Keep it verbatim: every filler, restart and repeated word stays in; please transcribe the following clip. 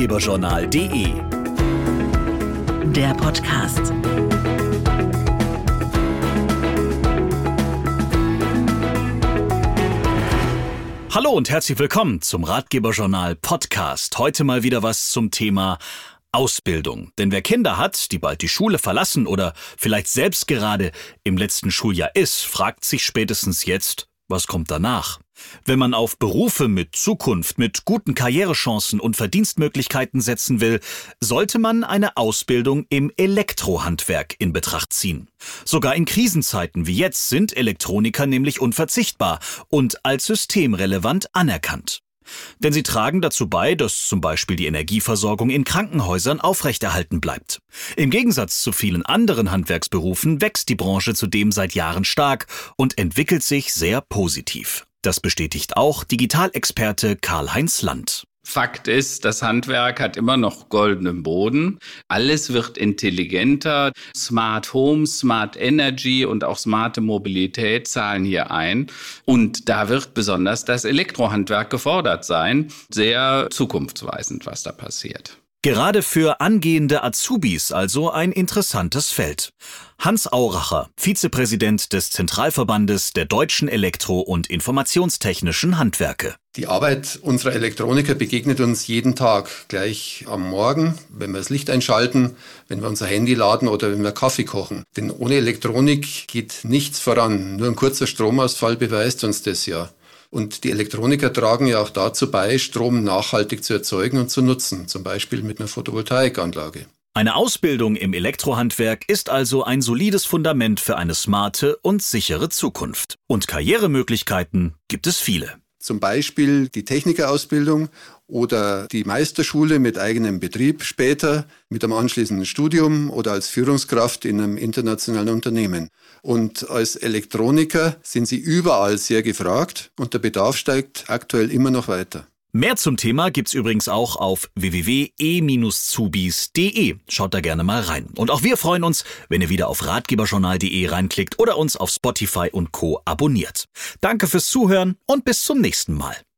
ratgeberjournal punkt de. Der Podcast. Hallo und herzlich willkommen zum Ratgeberjournal Podcast. Heute mal wieder was zum Thema Ausbildung. Denn wer Kinder hat, die bald die Schule verlassen oder vielleicht selbst gerade im letzten Schuljahr ist, fragt sich spätestens jetzt, was kommt danach? Wenn man auf Berufe mit Zukunft, mit guten Karrierechancen und Verdienstmöglichkeiten setzen will, sollte man eine Ausbildung im Elektrohandwerk in Betracht ziehen. Sogar in Krisenzeiten wie jetzt sind Elektroniker nämlich unverzichtbar und als systemrelevant anerkannt. Denn sie tragen dazu bei, dass zum Beispiel die Energieversorgung in Krankenhäusern aufrechterhalten bleibt. Im Gegensatz zu vielen anderen Handwerksberufen wächst die Branche zudem seit Jahren stark und entwickelt sich sehr positiv. Das bestätigt auch Digitalexperte Karl-Heinz Land. Fakt ist, das Handwerk hat immer noch goldenen Boden. Alles wird intelligenter. Smart Home, Smart Energy und auch smarte Mobilität zahlen hier ein. Und da wird besonders das Elektrohandwerk gefordert sein. Sehr zukunftsweisend, was da passiert. Gerade für angehende Azubis also ein interessantes Feld. Hans Auracher, Vizepräsident des Zentralverbandes der deutschen Elektro- und informationstechnischen Handwerke. Die Arbeit unserer Elektroniker begegnet uns jeden Tag, gleich am Morgen, wenn wir das Licht einschalten, wenn wir unser Handy laden oder wenn wir Kaffee kochen. Denn ohne Elektronik geht nichts voran. Nur ein kurzer Stromausfall beweist uns das ja. Und die Elektroniker tragen ja auch dazu bei, Strom nachhaltig zu erzeugen und zu nutzen, zum Beispiel mit einer Photovoltaikanlage. Eine Ausbildung im Elektrohandwerk ist also ein solides Fundament für eine smarte und sichere Zukunft. Und Karrieremöglichkeiten gibt es viele. Zum Beispiel die Technikerausbildung oder die Meisterschule mit eigenem Betrieb später, mit einem anschließenden Studium oder als Führungskraft in einem internationalen Unternehmen. Und als Elektroniker sind sie überall sehr gefragt und der Bedarf steigt aktuell immer noch weiter. Mehr zum Thema gibt's übrigens auch auf w w w punkt e zubis punkt de. Schaut da gerne mal rein. Und auch wir freuen uns, wenn ihr wieder auf ratgeberjournal punkt de reinklickt oder uns auf Spotify und Co. abonniert. Danke fürs Zuhören und bis zum nächsten Mal.